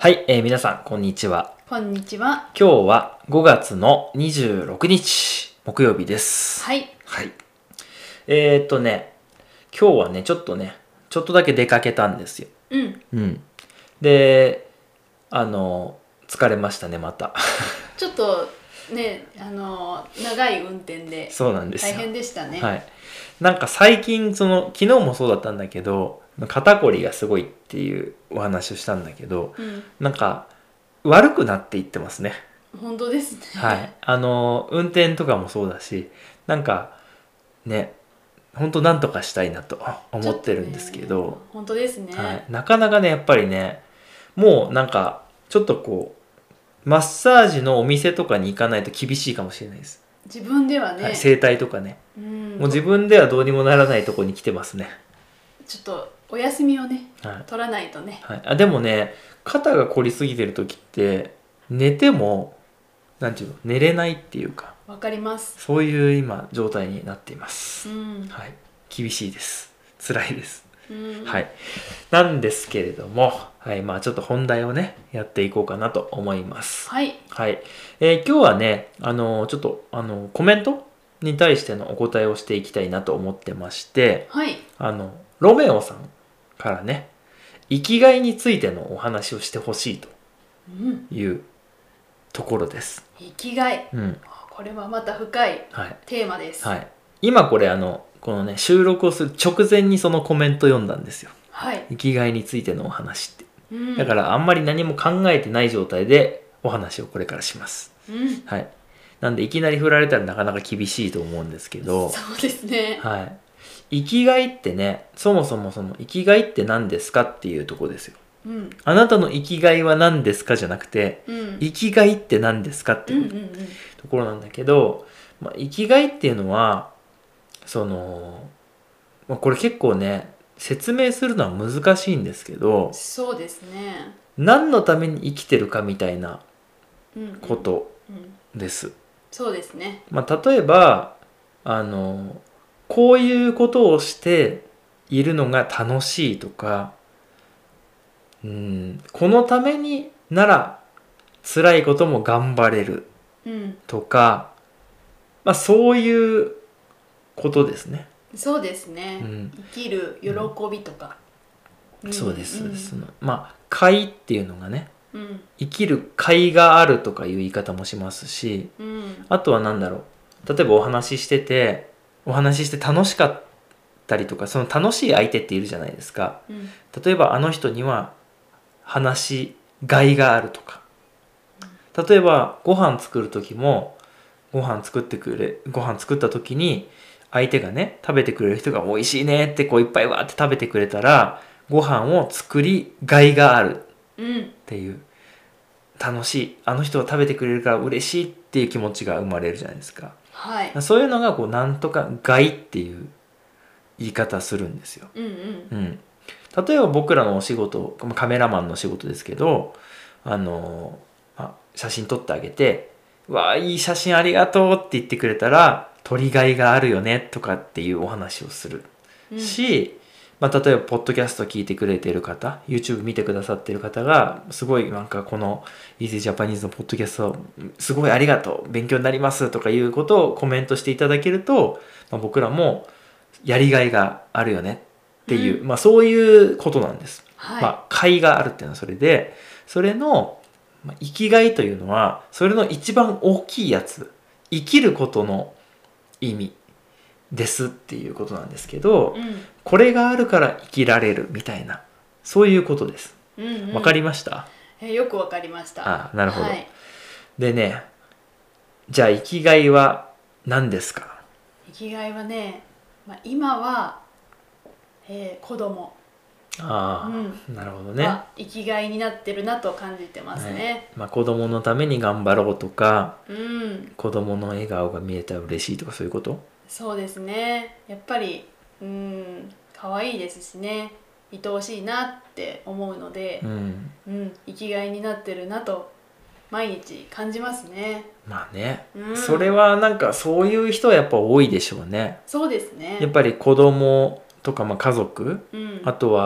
はい、皆さん、こんにちは。 こんにちは。 今日は5月の26日、木曜日です。 はい。 はい。今日はね、ちょっとだけ出かけたんですよ。 うん。 うん。で、疲れましたね、また。 ちょっとね、長い運転でそうなんですよ。 大変でしたね。 はい。なんか最近、昨日もそうだったんだけど、肩こりがすごいっていうお話をしたんだけど、なんか、悪くなっていってますね。 本当ですね。 はい。運転とかもそうだし、なんか、ね、本当なんとかしたいなと思ってるんですけど、 本当ですね。 はい。なかなかね、やっぱりね、もうなんか、ちょっとこう、マッサージのお店とかに行かないと厳しいかもしれないです。 自分ではね、 はい、整体とかね。 ももう自分ではどうにもならないとこに来てますね。 ちょっとお休みをね、 はい、 取らないとね。 はい。でもね、肩が凝りすぎてる時って、寝ても、なんていうの、寝れないっていうか、 わかります。 そういう今状態になっています。 はい。 厳しいです。辛いです。 はい。なんですけれども、はい、ちょっと本題をね、やっていこうかなと思います。 はい。 はい。今日はね、ちょっと、コメントに対してのお答えをしていきたいなと思ってまして、 はい。 ロメオさんからね、生きがいについてのお話をしてほしいというところです。 生きがい。これはまた深いテーマです。 はい。今これこのね、収録をする直前にそのコメント読んだんですよ。 はい。 生きがいについてのお話って。だからあんまり何も考えてない状態でお話をこれからします。はい。なんでいきなり振られたらなかなか厳しいと思うんですけど。 そうですね。 はい。生きがいってね、そもそも生きがいって何ですかっていうところですよ。あなたの生きがいは何ですかじゃなくて、生きがいって何ですかっていうところなんだけど、生きがいっていうのは、これ結構ね、説明するのは難しいんですけど、 そうですね。 何のために生きてるかみたいなことです。 そうですね。 例えば、こういうことをしているのが楽しいとか、このためになら辛いことも頑張れるとか、そういうことですね。 そうですね。生きる喜びとか。 そうです。快っていうのがね、生きる快があるとかいう言い方もしますし、あとは何だろう。例えばお話しして楽しかったりとか、その楽しい相手っているじゃないですか。例えばあの人には話しがいがあるとか。例えばご飯作る時も、ご飯作った時に相手がね、食べてくれる人が美味しいねってこういっぱいわーって食べてくれたら、ご飯を作りがいがあるっていう、楽しい、あの人が食べてくれるから嬉しいっていう気持ちが生まれるじゃないですか。 はい。 そういうのがこうなんとかがいっていう言い方するんですよ。例えば僕らのお仕事、カメラマンの仕事ですけど、写真撮ってあげて、わあいい写真ありがとうって言ってくれたら、撮りがいがあるよねとかっていうお話をするし、例えばポッドキャスト聞いてくれている方、 YouTube 見てくださっている方がすごいなんかこの Easy Japanese のポッドキャストすごいありがとう、勉強になりますとかいうことをコメントしていただけると、僕らもやりがいがあるよねっていう、そういうことなんです。快があるっていうのはそれで、それの生きがいというのはそれの一番大きいやつ、生きることの意味ですっていうことなんですけど、これがあるから生きられるみたいな、そういうことです。わかりました？ よくわかりました。 なるほど。でね、じゃあ生きがいは何ですか？ 生きがいはね、今は、子供。 なるほどね。 生きがいになってるなと感じてますね。 子供のために頑張ろうとか、子供の笑顔が見えたら嬉しいとか、そういうこと？ そうですね。やっぱり可愛いですしね、愛おしいなって思うので、生きがいになってるなと毎日感じますね。 それはなんかそういう人はやっぱ多いでしょうね。 そうですね。 やっぱり子供とか家族、あとは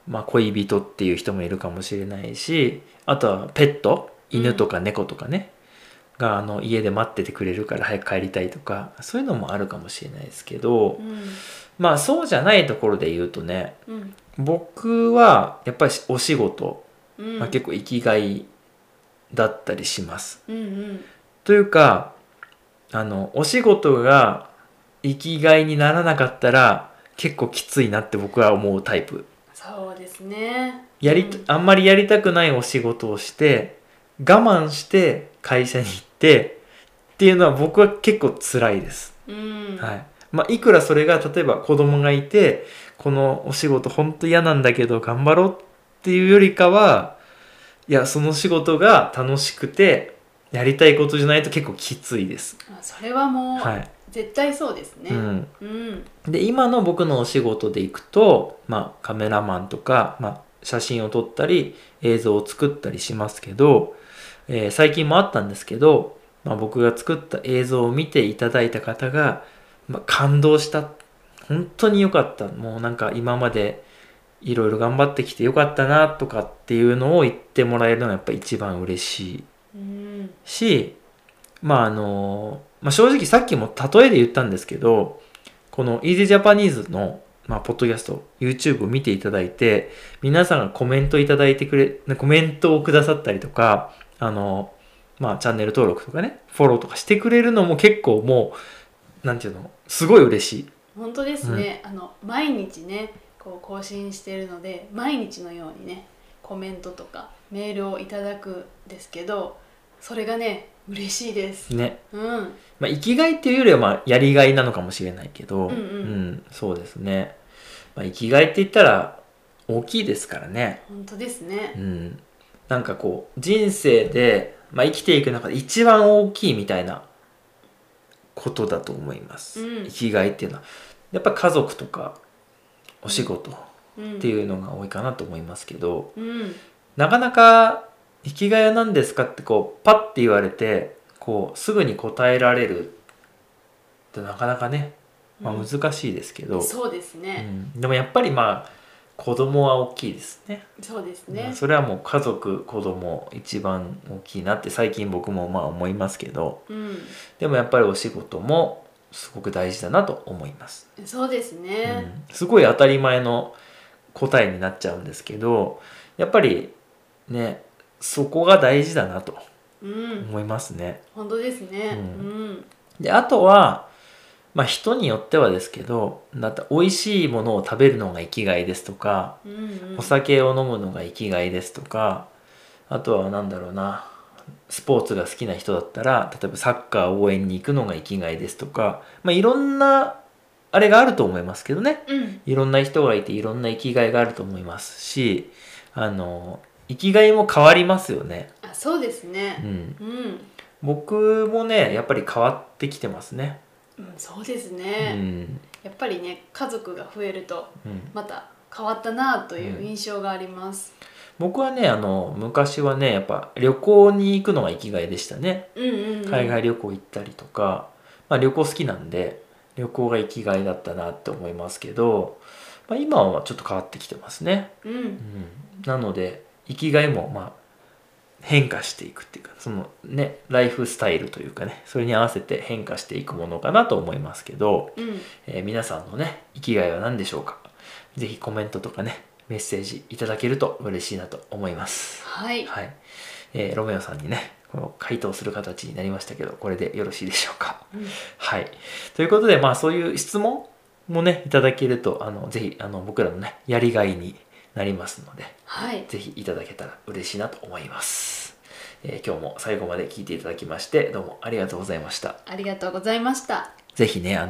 まあ恋人っていう人もいるかもしれないし、あとはペット、犬とか猫とかね、が家で待っててくれるから早く帰りたいとか、そういうのもあるかもしれないですけど、まあそうじゃないところで言うとね、僕はやっぱりお仕事、まあ、結構生きがいだったりします。というかお仕事が生きがいにならなかったら結構きついなって僕は思うタイプ。 そうですね。 あんまりやりたくないお仕事をして我慢して会社に行ってっていうのは僕は結構辛いです。はい。まあいくらそれが例えば子供がいてこのお仕事ほんと嫌なんだけど頑張ろうっていうよりかは、いやその仕事が楽しくてやりたいことじゃないと結構きついです。 それはもう、 はい、 絶対そうですね。 で今の僕のお仕事でいくと、まあ、カメラマンとか、まあ、写真を撮ったり映像を作ったりしますけど、最近もあったんですけど、まあ、僕が作った映像を見ていただいた方が、まあ、感動した、本当に良かった、もうなんか今までいろいろ頑張ってきて良かったなとかっていうのを言ってもらえるのがやっぱ一番嬉しいし、まあまあ、正直さっきも例えで言ったんですけど、この Easy Japanese の、まあ、ポッドキャスト YouTube を見ていただいて皆さんがコメントいただいてコメントをくださったりとかまあチャンネル登録とかねフォローとかしてくれるのも結構もうなんていうのすごい嬉しい。 本当ですね、毎日ねこう更新してるので毎日のようにねコメントとかメールをいただくんですけど、それがね嬉しいですね。まあ生きがいっていうよりはまあやりがいなのかもしれないけど、そうですね。まあ、生きがいって言ったら大きいですからね。 本当ですね。 なんかこう人生で、まあ、生きていく中で一番大きいみたいなことだと思います。生きがいっていうのはやっぱ家族とかお仕事っていうのが多いかなと思いますけど、なかなか生きがいは何ですかってこうパッて言われてこうすぐに答えられるってなかなかね、まあ、難しいですけど、 そうですね、 でもやっぱりまあ子供は大きいですね。 そうですね、 それはもう家族子供一番大きいなって最近僕もまあ思いますけど、でもやっぱりお仕事もすごく大事だなと思います。 そうですね、 すごい当たり前の答えになっちゃうんですけど、やっぱりねそこが大事だなと思いますね。 本当ですね。 であとはまあ人によってはですけど、だって美味しいものを食べるのが生きがいですとか、お酒を飲むのが生きがいですとか、あとはなんだろうな、スポーツが好きな人だったら例えばサッカー応援に行くのが生きがいですとか、まあいろんなあれがあると思いますけどね、いろんな人がいていろんな生きがいがあると思いますし、生きがいも変わりますよね。 そうですね。 僕もねやっぱり変わってきてますね。 そうですね、やっぱりね家族が増えるとまた変わったなという印象があります。 僕はね昔はねやっぱ旅行に行くのが生きがいでしたね。海外旅行行ったりとか、まあ、旅行好きなんで旅行が生きがいだったなって思いますけど、まあ、今はちょっと変わってきてますね。なので生きがいもまあ変化していくっていうか、そのねライフスタイルというかね、それに合わせて変化していくものかなと思いますけど、皆さんのね生きがいは何でしょうか。ぜひコメントとかねメッセージいただけると嬉しいなと思います。 はい、 ロメオさんにねこの回答する形になりましたけど、これでよろしいでしょうか。はい。ということでまあそういう質問もねいただけるとぜひ僕らのねやりがいになりますので、ぜひいただけたら嬉しいなと思います。今日も最後まで聞いていただきましてどうもありがとうございました。 ありがとうございました。 ぜひね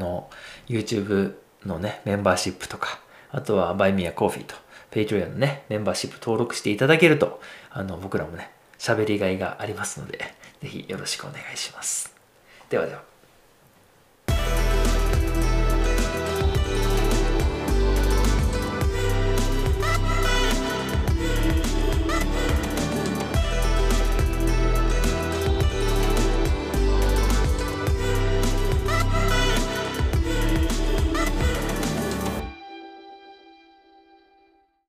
YouTube のねメンバーシップとか、あとはバイミーコーヒーと Patreon のねメンバーシップ登録していただけると僕らもね喋りがいがありますので、ぜひよろしくお願いします。ではでは。